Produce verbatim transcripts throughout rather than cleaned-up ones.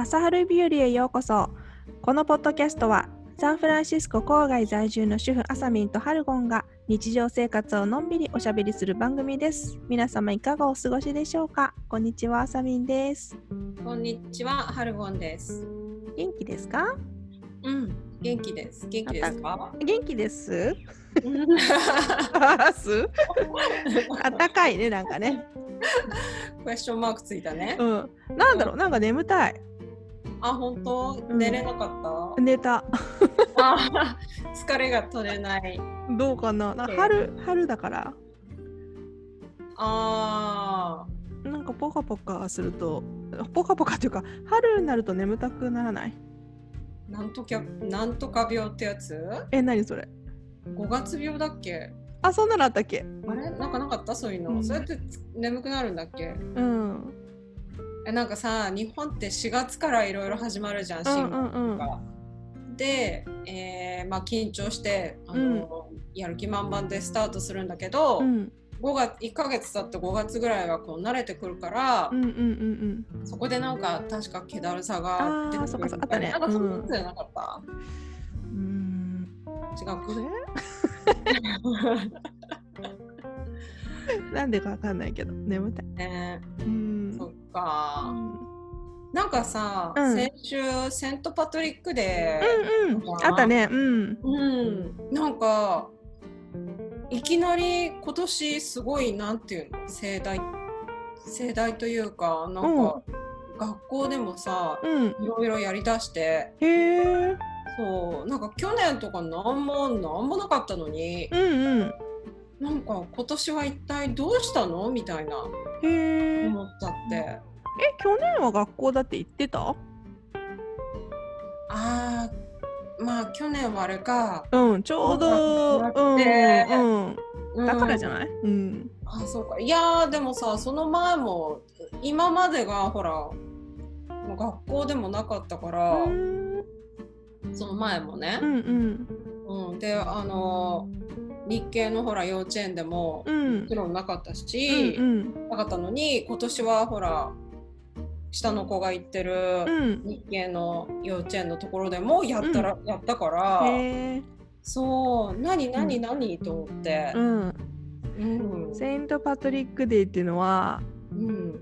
朝春日和へようこそ。このポッドキャストはサンフランシスコ郊外在住の主婦あさみんとハルゴンが日常生活をのんびりおしゃべりする番組です。皆様いかがお過ごしでしょうか。こんにちは、あさみんです。 こんにちは、ハルゴンです。 元気ですか？ うん、元気です。元気ですか？ 元気ですあったかいね、なんかね。 クエスチョンマークついたね。 うん、なんだろう、なんか眠たい。 あ、本当？寝れなかった？ 寝た。 あ、疲れが取れない。 どうかな、なんか春、春だから。 あーなんかポカポカすると、ポカポカっていうか、春になると眠たくならない？ なんときゃ、なんとか病ってやつ？ え、何それ？ ごがつ病だっけ？ あ、そんなのあったっけ？ あれなんかなかった？そういうの、うん、そうやって眠くなるんだっけ？ うん。 え、なんかさ、日本ってしがつからいろいろ始まるじゃん、新聞とか、うんうんうん、で、えーまあ、緊張してあの、うん、やる気満々でスタートするんだけど、うん、ごがついっかげつ経ってごがつぐらいはこう慣れてくるから、うんうんうんうん、そこでなんか確か気だるさが出てくるみたいな、なんかそんなやつじゃなかった？うん、違うこれなんでかわかんないけど眠たい、 ね、うん、そっか、うん、なんかさ、うん、先週セントパトリックデー、 うんうん、あったね、うん、 うん、なんかいきなり今年すごいなんていうの盛大盛大というかなんか、うん、学校でもさ、うん、いろいろやりだして、へー、そうなんか去年とかなんもなんもなかったのに、うんうん、なんか今年は一体どうしたのみたいなへ思っちゃって。え、 去年は学校だって行ってた？ あーまあ去年はあれか、 うん、ちょうど、うんうんうん、だからじゃない？うん、 あ、そうか。いやでもさ、その前も今までがほらもう学校でもなかったから、その前もね、うんうんうん、であの日系のほら幼稚園でも、うん、もちろんなかったし、うんうん、なかったのに今年はほら下の子が行ってる日系の幼稚園のところでもやったら、うん、やったから、へそう何何何、うん、と思って、うんうん、セイントパトリックデーっていうのは、うん、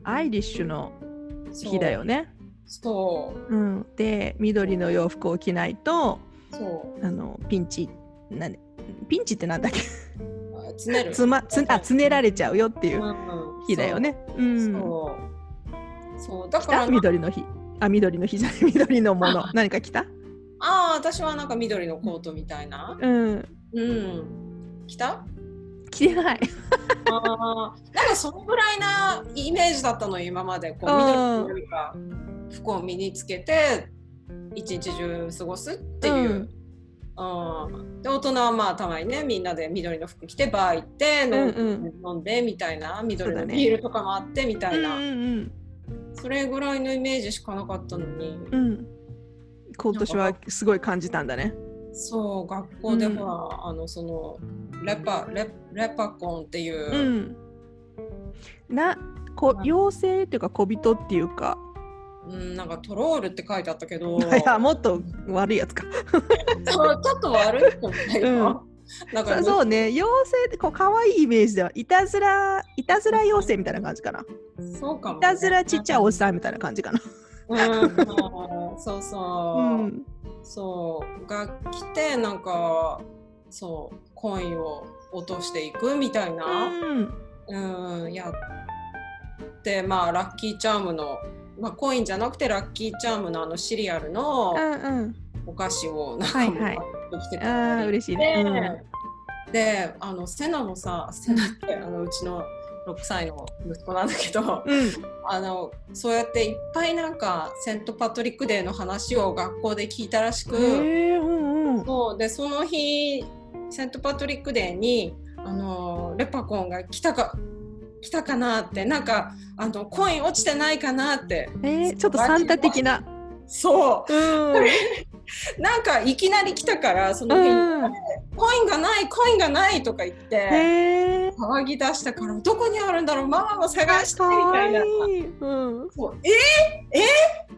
アイリッシュの日だよね。 そう、 うん、で緑の洋服を着ないとそうあのピンチなんでピンチってなんだっけつねるつまつあつねられちゃうよっていう日だよね。うん、 そうそうだから緑の日あ緑の日じゃない緑のもの何か着た？ ああ私はなんか緑のコートみたいな、うんうん着た？ 着てないあなんかそのぐらいなイメージだったのよ今までこう緑のよりか服を身につけて一日中過ごすっていう、うんうん、で大人はまあたまにねみんなで緑の服着てバー行って飲ん、うんうん、飲んでみたいな緑のビールとかもあってみたいな そ,、ねうんうんうん、それぐらいのイメージしかなかったのに、うん、 今年はすごい感じたんだね。 そう学校でほら、うん、あのそのレパレレパコンっていう、うん、 なこ妖精っていうか小人っていうか、 うん、なんかトロールって書いてあったけどいやもっと悪いやつかそうちょっと悪いと思ったよ、 うん、なんかそうね妖精ってこう可愛いイメージではいたずらいたずら妖精みたいな感じかな。 そうかも、ね、 いたずらちっちゃいおっさんみたいな感じかなうん、そうそう、うん、そうが来てなんかそうコインを落としていくみたいな、うんうん、やってまあラッキーチャームの、まあ、コインじゃなくてラッキーチャームのあのシリアルのお菓子をなんか持ってきてたり、はいはい、 あ嬉しいね、 うん、であのセナもさセナってあのうちのろくさいの息子なんだけど、うん、あのそうやっていっぱいなんかセントパトリックデーの話を学校で聞いたらしく、へー、うんうん、そうでその日セントパトリックデーにあのレパコンが来たか来たかなってなんかあのコイン落ちてないかなって、 えー、ちょっとサンタ的なそう、うん、なんかいきなり来たからその日に、うん、コインがないコインがないとか言って騒ぎ出したからどこにあるんだろうママも探してみたいな、うん、そうえー、えー、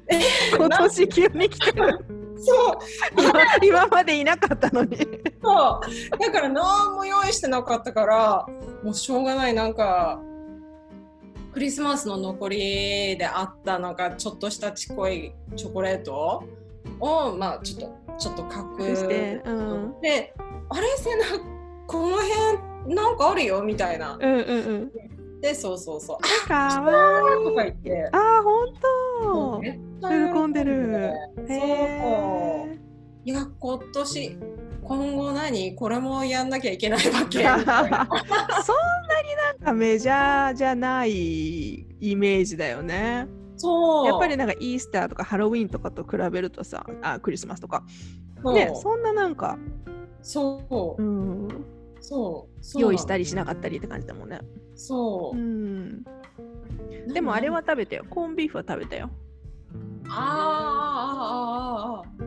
今年急に来てる。 そう今, 今までいなかったのに。 そうだから何も用意してなかったから、もうしょうがない、なんかクリスマスの残りであったなんかちょっとしたちっこいチョコレートをまあちょっとちょっと隠して、うん、であれせなこの辺なんかあるよみたいな、 うんうんうん、 でそうそうそうあかわいいとか言って、 あ本当喜んでる。 そういや今年今後何これもやんなきゃいけないわけそんなになんかメジャーじゃないイメージだよね。 そうやっぱりなんかイースターとかハロウィンとかと比べるとさ、あクリスマスとかね、そんななんかそう、うん、そうそう用意したりしなかったりって感じだもんね。 そう、うん、 でもあれは食べたよ、コーンビーフは食べたよ。 ああ、うん、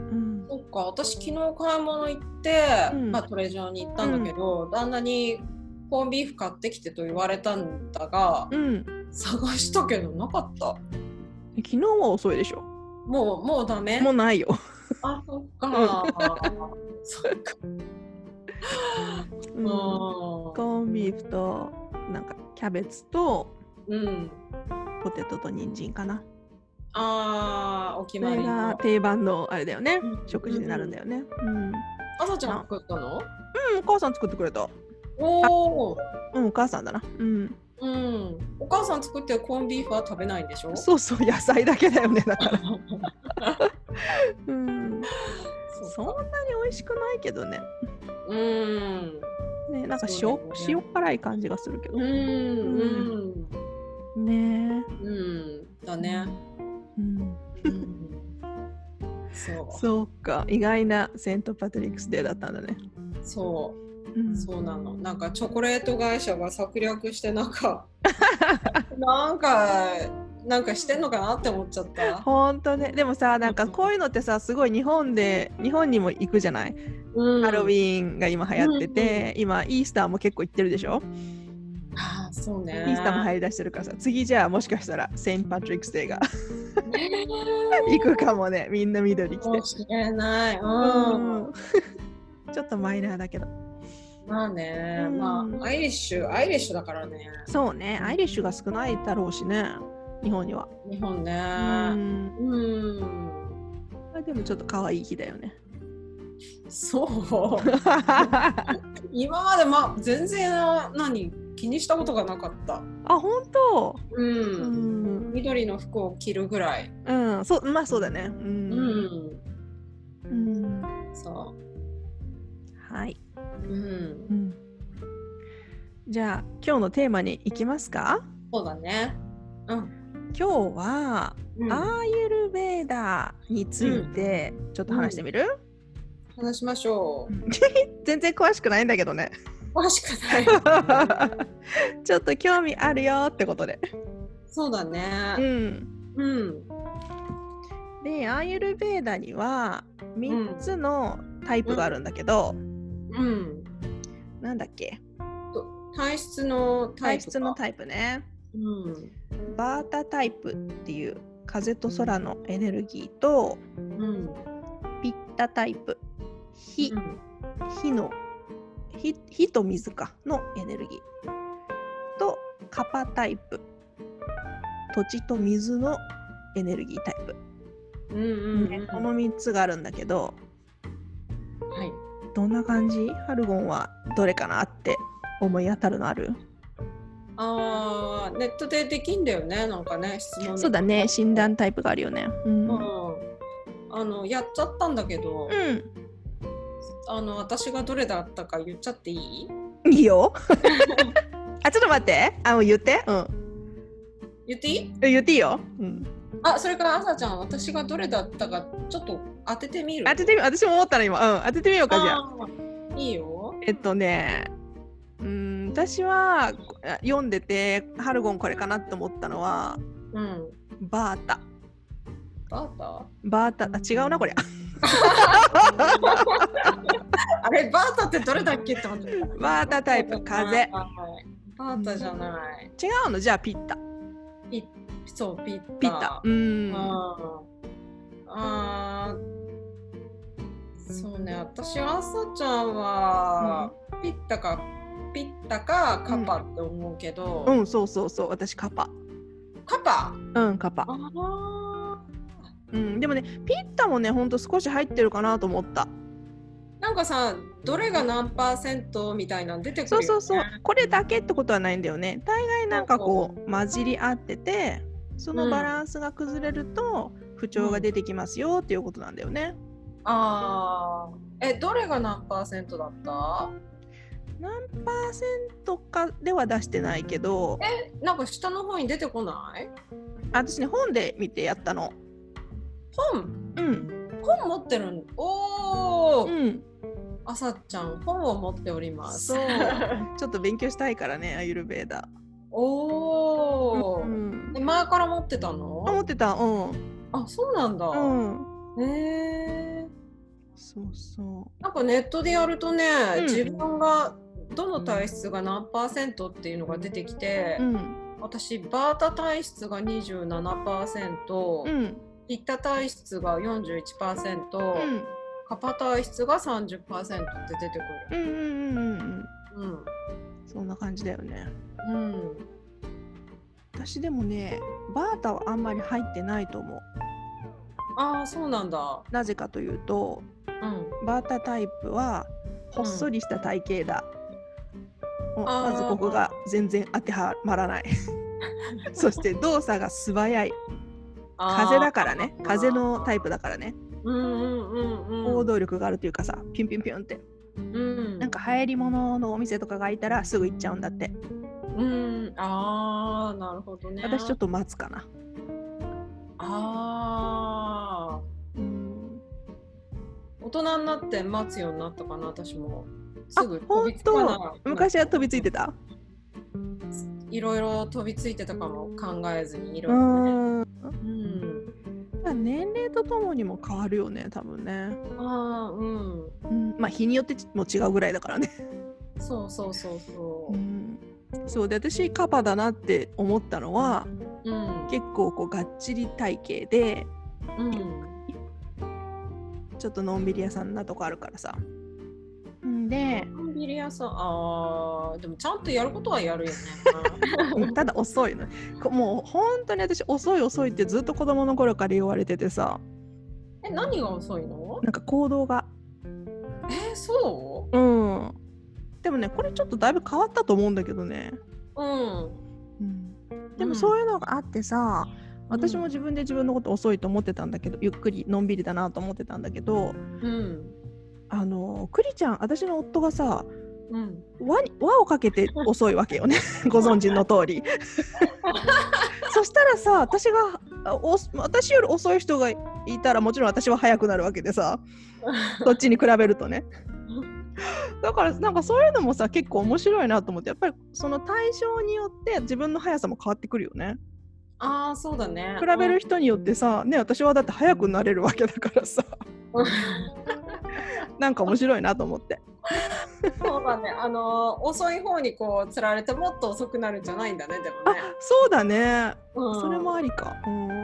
そっか、私昨日買い物行って、うんまあ、トレジャーに行ったんだけど、うん、旦那にコーンビーフ買ってきてと言われたんだが、うん、探したけどなかった。 昨日は遅いでしょ。 もうもうダメ？ もうないよ。 あ、そっか。そっか。 うん、コーンビーフとなんかキャベツと、うん、ポテトと人参かな。 あー、お決まりの。 それが定番のあれだよね、うん、食事になるんだよね。うん。 あさちゃん作ったの？ うん、お母さん作ってくれた。 おー。 うん、お母さんだな。うん。 うん。お母さん作ってるコーンビーフは食べないんでしょ？ そうそう、野菜だけだよね、だから。うん。そんなに美味しくないけどね。うん。ね、なんか塩、ね、塩辛い感じがするけど。うん。うん、ねえ。 うん。だね。うんうん、 そうそうか、意外なセントパトリックスデーだったんだね。 そう、うん、そうなの。なんかチョコレート会社が策略してなんかなんかなんかしてんのかなって思っちゃった。 本当ね。でもさ、なんかこういうのってさ、すごい日本で日本にも行くじゃない、うん、ハロウィーンが今流行ってて、うん、今イースターも結構行ってるでしょ。 ああ、そうね。 イースターも入り出してるからさ、次じゃあもしかしたらセントパトリックスデーが行くかもね。みんな緑着て。 かもしれない。うん。 ちょっとマイナーだけど。 まあね、うん、まあアイリッシュ、アイリッシュだからね。 そうね、アイリッシュが少ないだろうしね、日本には。 日本ね。うん。うんまあ、でもちょっと可愛い日だよね。 そう。今までまあ全然何気にしたことがなかった。 あ、本当。 うん。うん、緑の服を着るぐらい。 うん、そう、まあそうだね。うん。うん。 うん、そう。 はい。うん。うん、じゃあ今日のテーマに行きますか？ そうだね。うん。 今日は、うん、アーユルベーダーについてちょっと話してみる？ うん、話しましょう。 全然詳しくないんだけどね。 詳しくない。 ちょっと興味あるよってことで。 そうだね。うん。うん。 で、アーユルベーダにはみっつのタイプがあるんだけど、うん。うん、なんだっけ？ 体質のタイプか。 体質のタイプね。うん。バータタイプっていう風と空のエネルギーと、うん、ピッタタイプ、火、うん、火の火, 火と水かのエネルギーとカパタイプ、土地と水のエネルギータイプ、うんうんうん、このみっつがあるんだけど、はい、どんな感じ？ハルゴンはどれかなって思い当たるのある？ あー、ネットでできんだよね、なんかね、質問。 そうだね、診断タイプがあるよね。うん、うん、 あのやっちゃったんだけど、うん、あの私がどれだったか言っちゃっていい？ いいよ。あ、ちょっと待って、あ、もう言って、うん。 言っていい？ 言っていいよ。うん。 あ、それからあさちゃん、私がどれだったかちょっと当ててみる？ 当ててみ、私も思ったの今、うん、当ててみようかじゃあ。 いいよ。 えっとね、うん、私は読んでてハルゴンこれかなって思ったのは、うん、バータ。 バータ？ バータ、あ、違うなこれ。 あれバータってどれだっけって思って。 バータタイプ、風。 バータじゃない。 違うの？じゃあピッタ。 ピそうピッタ。 ピッタ。うん。 あそうね、私あさちゃんは、うん、ピッタかピッタかカパって思うけど、 うん、うん、そうそうそう、私カパ。 カパ？ うん、カパ。 あうん、でもねピッタもねほんと少し入ってるかなと思った。 なんかさ、どれが何パーセントみたいなの出てくるよね。 そうそうそう、これだけってことはないんだよね。大概なんかこう混じり合ってて、そのバランスが崩れると不調が出てきますよっていうことなんだよね。 うん、あー、え、どれが何パーセントだった？ 何パーセントかでは出してないけど、 え、なんか下の方に出てこない？ 私ね本で見てやったの。 本？ うん。 本持ってるん？おー、うん、あさちゃん本を持っております。 そうちょっと勉強したいからね、アユルベーダ。 おー、うんうん、前から持ってたの？ あ、持ってた。うん。 あ、そうなんだ。うん。 へえー。そうそう。 なんかネットでやるとね、うん、自分がどの体質が何パーセントっていうのが出てきて、うん、私バータ体質が にじゅうななパーセント、うん、ピッタ体質が よんじゅういちパーセント、うん、カパ体質が さんじゅっパーセント って出てくる。うんうんうんうん。うん。 そんな感じだよね。 うん。 私でもね、バータはあんまり入ってないと思う。 ああ、そうなんだ。 なぜかというと、うん、バータタイプはほっそりした体型だ。うん、まずここが全然当てはまらない。そして動作が素早い。風だからね、風のタイプだからね。うんうんうんうん、行動力があるというかさ、ピュンピュンピュンって、うん、なんか流行り物のお店とかがいたらすぐ行っちゃうんだって。 うん、あー、なるほどね。 私ちょっと待つかな。 あー、うん、大人になって待つようになったかな、私も。すぐ飛びつかない。 昔は飛びついてた？ いろいろ飛びついてたかも、考えずにいろいろね。 うん、年齢とともにも変わるよね、多分ね。 あー、うん、 うん、まあ日によっても違うぐらいだからね。 そうそうそうそう、うん、 そうで、私カパだなって思ったのは、うん、結構こうがっちり体型で、うん、ちょっとのんびり屋さんなとこあるからさ。で、 のんびり屋さん、あー、でもちゃんとやることはやるよね。 ただ遅いの。もう本当に私遅い遅いってずっと子供の頃から言われててさ。 え、何が遅いの？ なんか行動が。 えー、そう？ うん。でもね、これちょっとだいぶ変わったと思うんだけどね。うん。うん、でもそういうのがあってさ、うん、私も自分で自分のこと遅いと思ってたんだけど、ゆっくりのんびりだなと思ってたんだけど、うん、あのクリちゃん、私の夫がさ、うん、輪, 輪をかけて遅いわけよね。ご存知の通り。そしたらさ、私がお私より遅い人がいたらもちろん私は速くなるわけでさ、どっちに比べるとね。だからなんかそういうのもさ結構面白いなと思って、やっぱりその対象によって自分の速さも変わってくるよね。 ああ、そうだね。 比べる人によってさ、ね、私はだって速くなれるわけだからさ。なんか面白いなと思って。 そうだね、あのー、遅い方にこう釣られてもっと遅くなるんじゃないんだね、でもね。 あ、そうだね、うん、それもありか。うん、うん、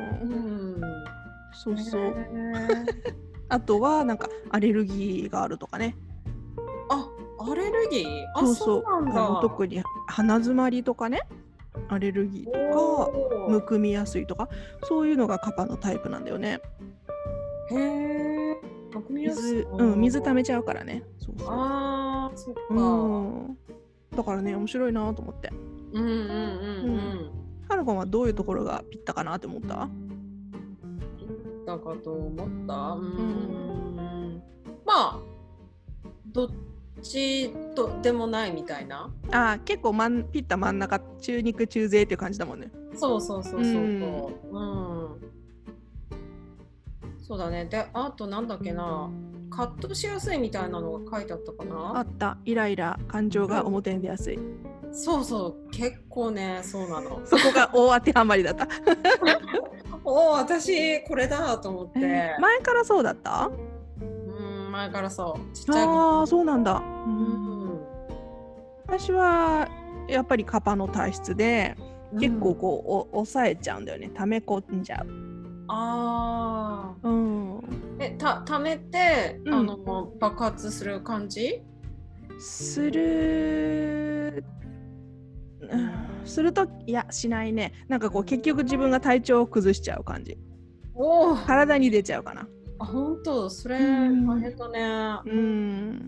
そうそう。あとはなんかアレルギーがあるとかね。 あ、アレルギー？あ、 そうそう、 そうなんだ。 あの特に鼻詰まりとかね、アレルギーとかむくみやすいとか、そういうのがカパのタイプなんだよね。 へー、 水、うん、水溜めちゃうからね。そうそう。 あー、そっか、 うん。だからね、面白いなと思って。うんうんうんうん。はるこんはどういうところがピッタかなって思った？ ピッタかと思った？うーん、うん、まあどっちとでもないみたいな。 あ、結構マンピッタ真ん中、中肉中背っていう感じだもんね。 そうそうそうそうそう、うん、うん、そうだね。で、あとなんだっけな、カットしやすいみたいなのが書いてあったかな。 あった。イライラ、感情が表に出やすい、うん、 そうそう、結構ね、そうなの。 そこが大当てはまりだった。 おお、私これだと思って、えー、前からそうだった？ うん、前からそう。ちっちゃい。 ああ、そうなんだ。うん、私はやっぱりカパの体質で、結構こう、うん、抑えちゃうんだよね。溜め込んじゃう。 ああ、 うん、 えた溜めて、うん、あの爆発する感じ？ する、うん、するといやしないね。なんかこう結局自分が体調を崩しちゃう感じ。 お体に出ちゃうかな。 あ、本当それ大変だね。 うん、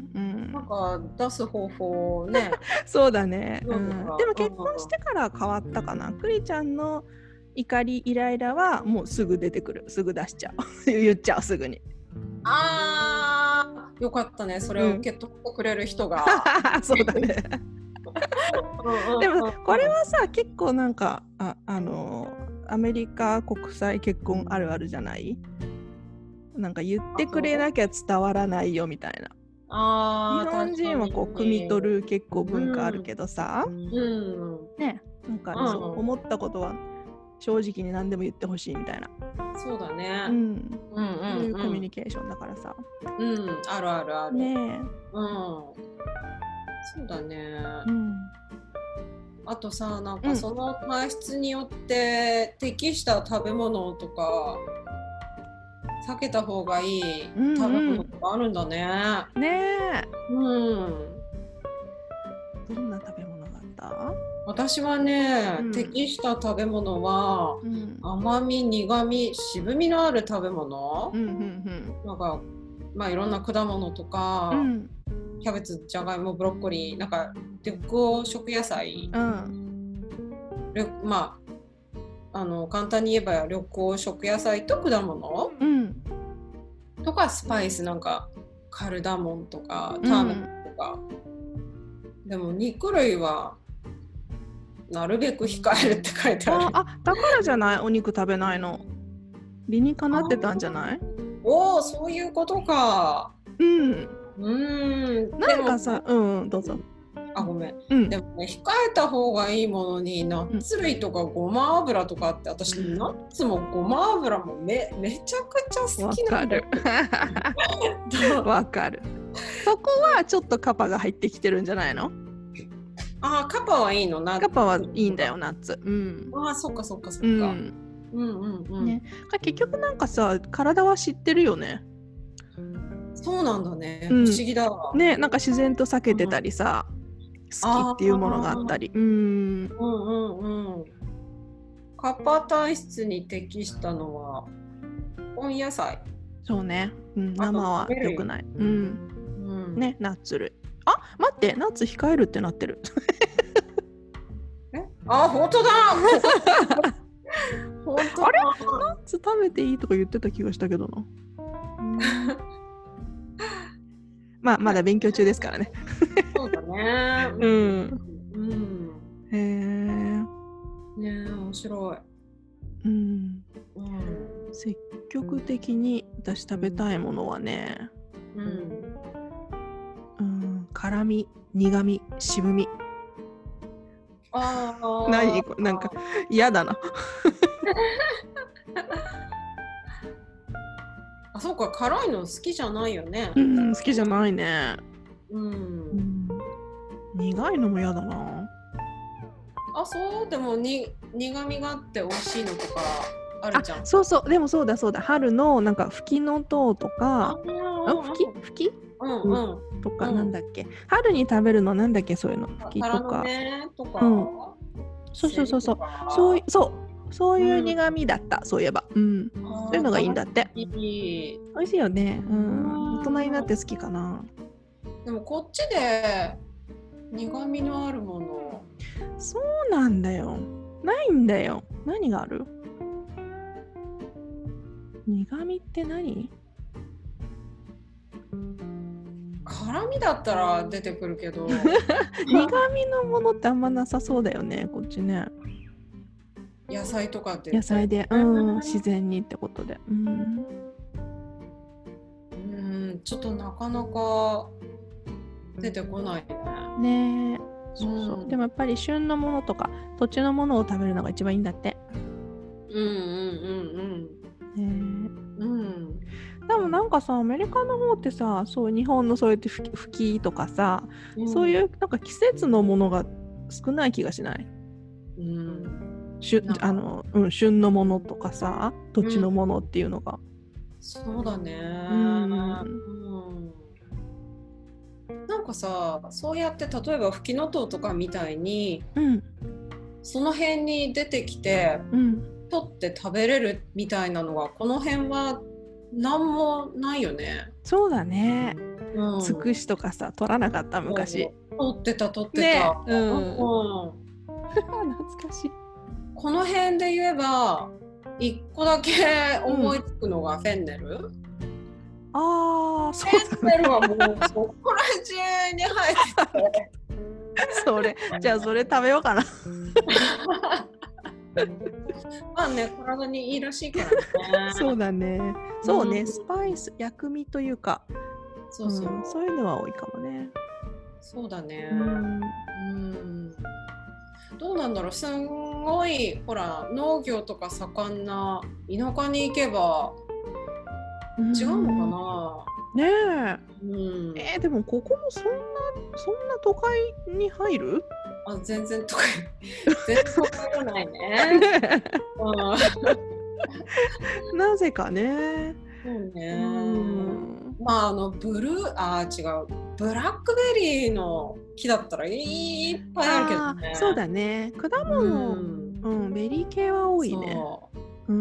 うん、 なんか出す方法ね。 そうだね、うん、でも結婚してから変わったかな。クリちゃんの怒りイライラはもうすぐ出てくる、すぐ出しちゃう言っちゃう、すぐに。 あーよかったね、それを受け取ってくれる人が、 うん、そうだねでもこれはさ結構なんか あ, あのアメリカ国際結婚あるあるじゃない？なんか言ってくれなきゃ伝わらないよみたいな。 あ日本人はこう汲み取る結構文化あるけどさ、 うんうん、 ね、なんか、ね、うん、そう思ったことは正直に何でも言ってほしいみたいな。 そうだね、 うん、うんうんうん、そういうコミュニケーションだからさ。 うん、あるあるあるねえ、 うん、そうだね、うん、あとさ、なんかその体質によって適した食べ物とか避けた方がいい食べ物とかあるんだね。 うんうん、ねえ。うん。 どんな食べ物があった？ 私はね、うん、適した食べ物は、うん、甘み、苦み、渋みのある食べ物、うんうんうん、なんか、まあ、いろんな果物とか、うん、キャベツ、じゃがいも、ブロッコリー、なんか緑黄色野菜、うん、まああの簡単に言えば緑黄色野菜と果物、うん、とかスパイスなんかカルダモンとかターメリックとか、うん、でも肉類はなるべく控えるって書いてある。 ああ、だからじゃない？お肉食べないの。理にかなってたんじゃない？ おお、そういうことか。 うんうんなんかさ、うんどうぞ。 あ、ごめん、うん、でもね、控えた方がいいものにナッツ類とかごま油とかって、私、うん、ナッツもごま油も め, めちゃくちゃ好きなんだよ。 わかるそこはちょっとカパが入ってきてるんじゃないの？ あ、カパはいいの？ナッツカパはいいんだよ、ナッツ、うん、 あ、そっかそっかそっか、うん、うんうんうん、ね、 結局なんかさ体は知ってるよね。 そうなんだね、うん、不思議だわね、なんか自然と避けてたりさ、うん好きっていうものがあったり、うんうんうんうん。カッパ体質に適したのは温野菜。 そうね、うん、生は良くない。うん、うん、ね、ナッツ類。あ、待って、ナッツ控えるってなってる。 え、あ、本当だ。 本当だ。あれ、ナッツ食べていいとか言ってた気がしたけどな。まあ、まだ勉強中ですからね。 そうだね。 うん。うん。へえ。ねえ、面白い。 うん。うん。積極的に私食べたいものはね。うん。うん。辛み、苦み、渋み。 ああ。 何これ、なんか嫌だな。 あ、そうか、辛いの好きじゃないよね。 うん、好きじゃないね。うん。うん、苦いのも嫌だな。 あ、そうでもに苦味があって美味しいのとかあるじゃん。 そうそう、でもそうだそうだ。春のなんかふきのとうとか、あ、ふきふき、うんうん、とか、なんだっけ、うん。春に食べるのなんだっけ、そういうの。ふきとか。 とか、うん。 そうそうそうそう。そうそう。そういう苦味だった、うん、そういえば、うん、そういうのがいいんだって。いい美味しいよね、うん、大人になって好きかな。 でもこっちで苦味のあるもの、 そうなんだよ、ないんだよ。何がある？苦味って何？ 辛味だったら出てくるけど苦味のものってあんまなさそうだよね、こっちね。 野菜とかって野菜で、うん、自然にってことで、うん、 うん、ちょっとなかなか出てこないね。ねえ、そうそう、うん、でもやっぱり旬のものとか土地のものを食べるのが一番いいんだって。うんうんうんうん。ね、うん。でもなんかさ、アメリカの方ってさ、そう日本のそうやってふき、ふきとかさ、うん、そういうなんか季節のものが少ない気がしない？ うん。 旬あの、うん、旬のものとかさ土地のものっていうのが、うん、 そうだね、うん、なんかさそうやって例えばフキノトウとかみたいに、うん、その辺に出てきて、うん、取って食べれるみたいなのがこの辺は何もないよね。 そうだね、うん、つくしとかさ取らなかった昔。 取ってた取ってた、ね、うん、うん、 懐かしい。 この辺で言えば一個だけ思いつくのがフェンネル、うん、 ああ、そうフェンネルはもうそこら中に生えててそれじゃあそれ食べようかなまあね体にいいらしいからねそうだね、そうね、うん、スパイス薬味というかそうそう、うん、 そういうのは多いかもね。 そうだね、うん、うん、どうなんだろう、すんごいほら農業とか盛んな田舎に行けば違うのかな、ねえ、うん、えー、でもここもそんなそんな都会に入る？ あ、全然都会全然都会じゃないねね、 うん、なぜかね。 そうね、うん、まああのブルーあ違うブラックベリーの木だったらいっぱいあるけどね。 そうだね、果物、うんうん、ベリー系は多いね。う、うん、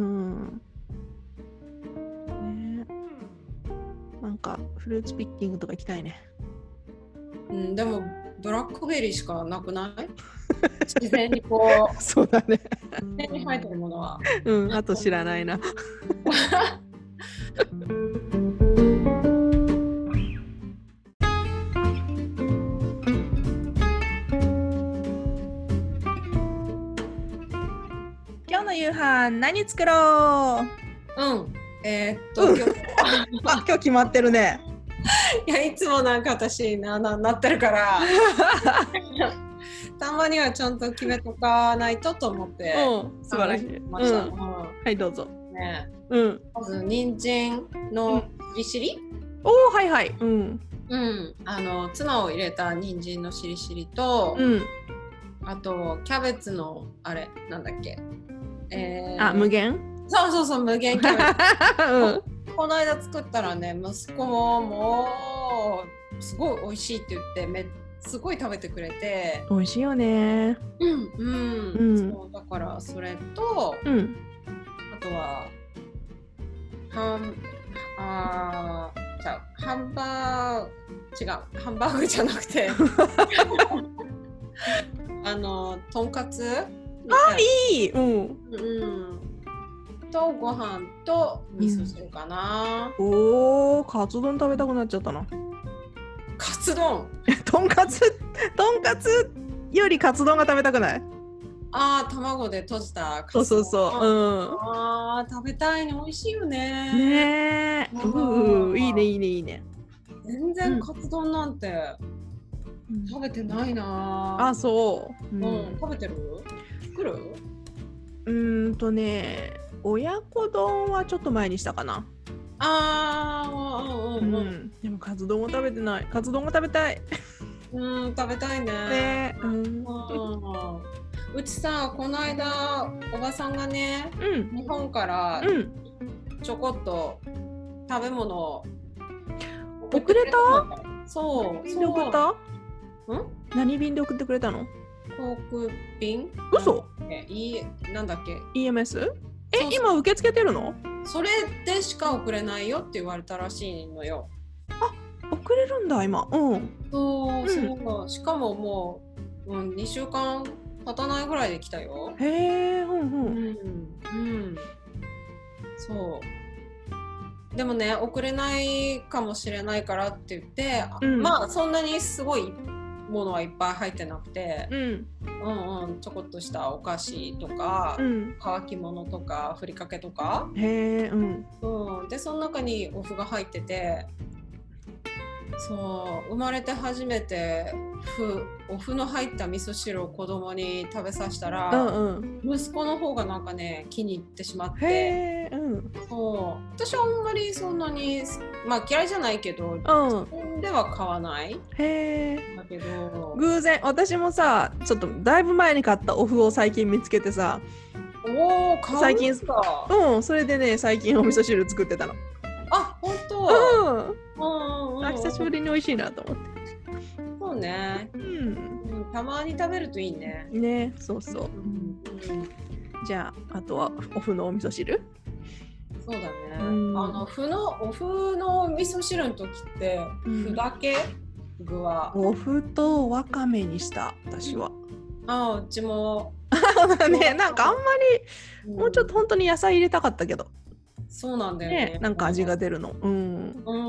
ね、なんかフルーツピッキングとか行きたいね。 うん、でもブラックベリーしかなくない自然にこうそうだね、 自然に生えてるものはうん、あと知らないな今日の夕飯何作ろう？うんえー、っと、うん、今日あ今日決まってるね。 いやいつもなんか私なななってるからたまにはちゃんと決めとかないとと思って、 うん、素晴らしい、うんうん、はいどうぞ、 ね、うん、まず人参のしりしり、 うん、おーはいはい、うんうん、あのツナを入れた人参のしりしりと、うん、あとキャベツのあれなんだっけ、 えー、あ無限そうそうそう無限キャベツ、うんこの間作ったらね息子ももうすごい美味しいって言ってめすごい食べてくれて美味しいよね。 うんうん、うん、そうだからそれと、うん、あとはハンあーじゃあハンバーグ違うハンバーグじゃなくてあのとんかつあいい、うんうんとご飯と味噌汁かな、 うん、おーカツ丼食べたくなっちゃったな。 カツ丼とんかつとんかつよりカツ丼が食べたくない？ あー卵で閉じたカツ丼そうそうそう、うん、 あー食べたいね美味しいよねねえういいねいいねいいね。 全然カツ丼なんて、うん、食べてないなあそう、 うん、うん、食べてる？作る？ うーんとね親子丼はちょっと前にしたかな。 あー、うんうんうん、うん、 でもカツ丼は食べてない。カツ丼が食べたい。 うん食べたいね。 ね、うん、 うちさこの間おばさんがね、うん、日本からちょこっと食べ物を送れた？ そう。 便で送った？ん？何便で送ってくれたの？ 航空便？ 嘘？ え、いなんだっけ？ イーエムエス？え、そうそう今受け付けてるの？ それでしか送れないよって言われたらしいのよ。 あ、送れるんだ今。うん。 そう、そう、しかももう、うん、にしゅうかん経たないぐらいで来たよ。 へえ、うんうん。うん、うん。 そう。でもね、送れないかもしれないからって言って、うん、まあそんなにすごいものはいっぱい入ってなくて、うん、うんうんちょこっとしたお菓子とか、うん、乾き物とかふりかけとか、 へー、うんうん、でその中にお麩が入っててそう生まれて初めてふお麩の入った味噌汁を子供に食べさせたら、うんうん、息子の方がなんかね気に入ってしまって、 へー、うん、 そう私はあんまりそんなに、まあ、嫌いじゃないけど、うん、自分では買わない。 へー、 だけど偶然私もさちょっとだいぶ前に買ったお麩を最近見つけてさ、 おー買うんですか。 うん、それでね最近お味噌汁作ってたの。 あ、本当。 うん、 うんうんうん、 あ久しぶりに美味しいなと思って。 そうね、うんうん、たまに食べるといいね。 ね、そうそう、うんうん、じゃああとはお麩のお味噌汁。 そうだね、うん、あの麩のお麩の味噌汁の時って麩だけ、うん、具はお麩とわかめにした私は。 ああうちもね、なんかあんまり、うん、もうちょっと本当に野菜入れたかったけど。 そうなんだよね。 ね、なんか味が出るの。うん。 うん。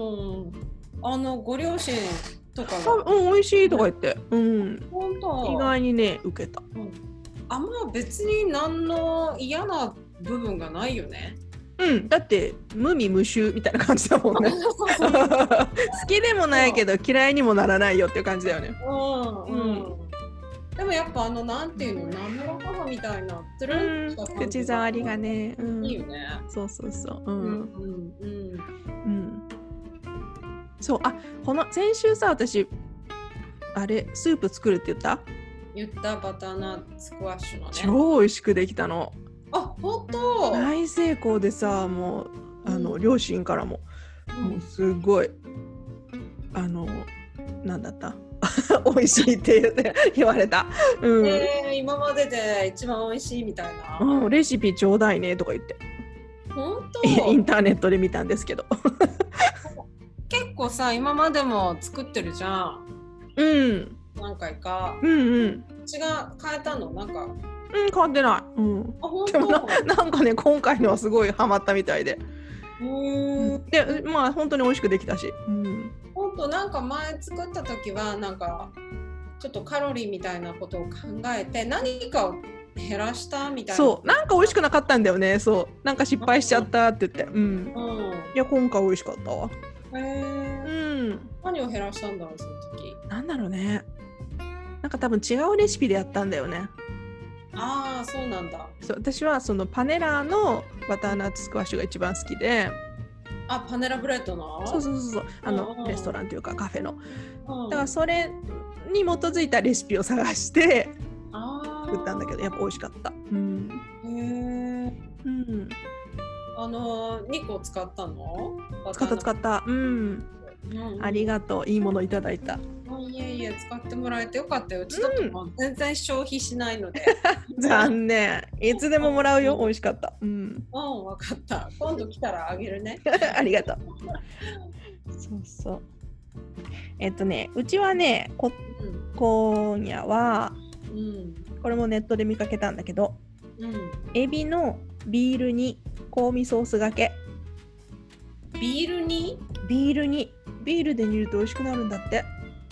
あのご両親とかが、うん、美味しいとか言って、うん。 本当。 意外にね受けた。 うん、あんま別に何の嫌な部分がないよね。 うん、だって無味無臭みたいな感じだもんね。好きでもないけど嫌いにもならないよっていう感じだよね。 うん、うん。でもやっぱあのなんていうのナムラハマみたいなつるんとした感じ、 口触りがね、 うん、いいよね。 そうそうそう。うんうんうんうんうん。そうあこの先週さ私あれスープ作るって言った？ 言ったバターナッツスクワッシュのね。 超美味しくできたの。 あ本当。 大成功でさもうあの、うん、両親からも、うん、もうすごいあのなんだった美味しいって言って言われた、 うんえー、今までで一番美味しいみたいな、 うん、レシピちょうだいねとか言って本当インターネットで見たんですけど結構さ今までも作ってるじゃん。 うん何回かうんうん違う変えたのなんかうん変わってない、うん、 あ本当でも な, なんかね今回のはすごいハマったみたいでうーんでまあ本当に美味しくできたし、うん、 本当なんか前作った時はなんかちょっとカロリーみたいなことを考えて何かを減らしたみたいなそうなんか美味しくなかったんだよねそうなんか失敗しちゃったって言ってうん、 うん、 いや今回美味しかったわへえ、うん、何を減らしたんだろうその時なんだろうねなんか多分違うレシピでやったんだよねああそうなんだそう私はそのパネラーのバターナッツスクワッシュが一番好きであパネラブレッドのそうそうそうそうあの、うん、レストランというかカフェの、うん、だからそれに基づいたレシピを探して作ったんだけどやっぱ美味しかった、うん、 へえ、うん、あのにこ使ったの使った使ったうん、うんうん、ありがとういいものいただいたいえいえ使ってもらえてよかったようちだともう全然消費しないので、 うん、残念いつでももらうよ美味しかったうん、うん、 分かった今度来たらあげるねありがとうそうそうえっとねうちはねこ、うん、今夜は、うん、これもネットで見かけたんだけど、うん、エビのビールに香味ソースがけビールにビールにビールで煮ると美味しくなるんだって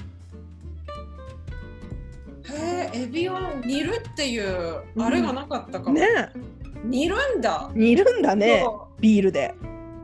へえエビを煮るっていうあれがなかったかも、 うん、ね煮るんだ煮るんだねビールで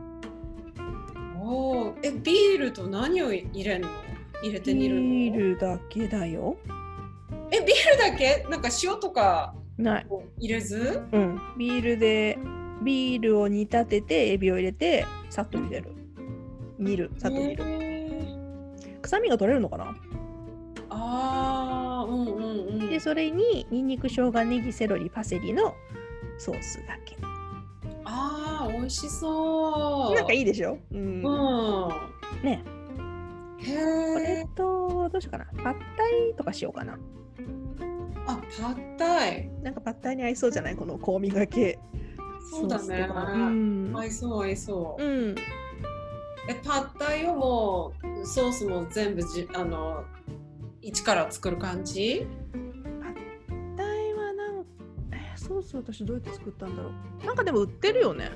おえビールと何を入れんの入れて煮るのビールだけだよえビールだけなんか塩とかない入れずうんビールでビールを煮立ててエビを入れてさっと茹でる煮るさっと煮る、えー、臭みが取れるのかなあーうんうんうんでそれにニンニク生姜ネギセロリパセリのソースだけあー美味しそうなんかいいでしょうん、うん、ねへえこれとどうしようかなパッタイとかしようかなあパッタイなんかパッタイに合いそうじゃないこの香味がけそうだね、うん、合いそう合いそう、うん、えパッタイをもうソースも全部じあの一から作る感じパッタイはなんえソース私どうやって作ったんだろうなんかでも売ってるよね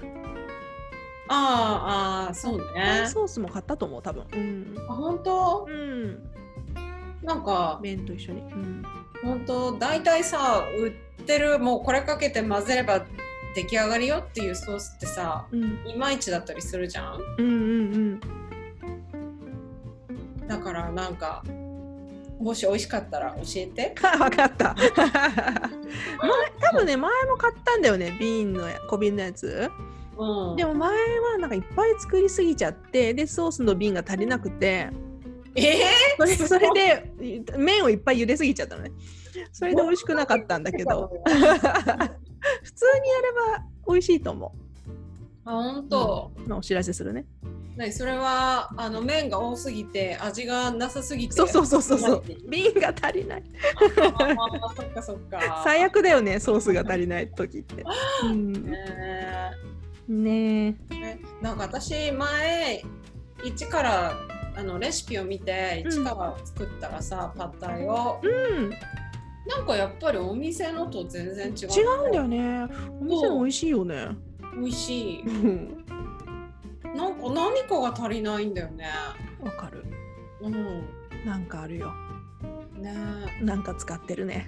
あーあーそうねソースも買ったと思う多分、うん、 あ本当うんなんか麺と一緒に、うん、 本当だいたいさ売ってるもうこれかけて混ぜれば出来上がりよっていうソースってさ、うん、いまいちだったりするじゃん。 うんうんうん。 だからなんかもし美味しかったら教えて。 分かった前多分ね前も買ったんだよね、瓶の小瓶のやつ、うん、でも前はなんかいっぱい作りすぎちゃって、でソースの瓶が足りなくて、 えー、 それ、それで麺をいっぱい茹ですぎちゃったのね。それで美味しくなかったんだけど普通にやれば美味しいと思う。 あ、本当、 うん、お知らせするね。 それはあの麺が多すぎて味がなさすぎて、 そうそうそうそうそう瓶が足りないあそっかそっか最悪だよね、ソースが足りない時って、うん、 ねえねえなんか私前一からあのレシピを見て一から作ったらさ、うん、パッタイを、うん、なんかやっぱりお店のと全然違う。 違うんだよね。お店も美味しいよね。 美味しいなんか何かが足りないんだよね。 わかる。 うん。 なんかあるよ。 ね。 なんか使ってるね。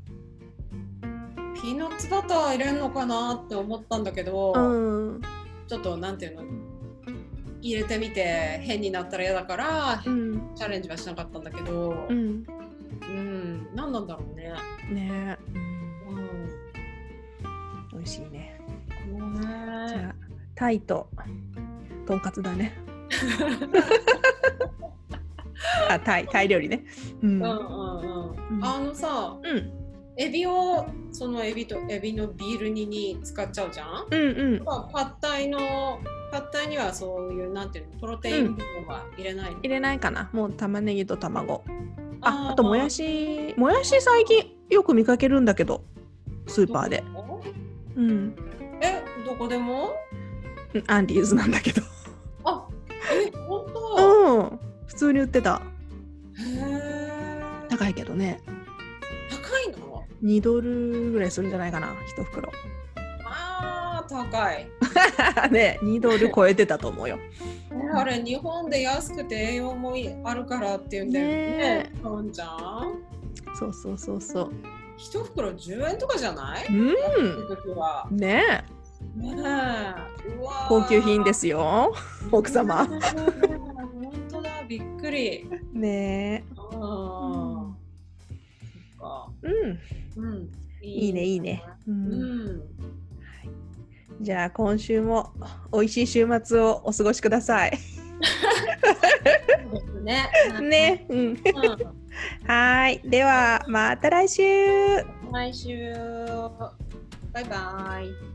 ピーナッツバター入れるのかなって思ったんだけど、うん、ちょっとなんていうの入れてみて変になったら嫌だから、うん、チャレンジはしなかったんだけど、うん、うん、何なんだろうね。 ね。うん。うん、美味しいね。ね。じゃあタイととんかつだねあ、タイ、タイ料理ね、うんうんうんうん、あのさ、うん、エビをそのエビとエビのビール煮に使っちゃうじゃん、うんうん、パッタイのパッタイにはそういうなんていうのプロテイン分は入れないの、うん、 入れないかな。もう玉ねぎと卵、あ、あともやしもやし最近よく見かけるんだけどスーパーで、うん、 え、どこでもアンディーズなんだけどあ、え、本当？ うん、普通に売ってた。 へー、 高いけどね。 高いの？ にドルぐらいするんじゃないかな、一袋。 あー、高いね、にドル超えてたと思うよあれ、日本で安くて栄養もあるからっていうんだよね、ポンちゃん。 そうそうそうそう。 一袋じゅうえんとかじゃない？ うん。ねえ。 ねえ、うわ高級品ですよ奥様本当だ、びっくりねえ。 あ、 うん、うん、いいねいいね、うんうん、はい、じゃあ今週も美味しい週末をお過ごしくださいねね、うん、はい、ではまた来週来週バイバイ。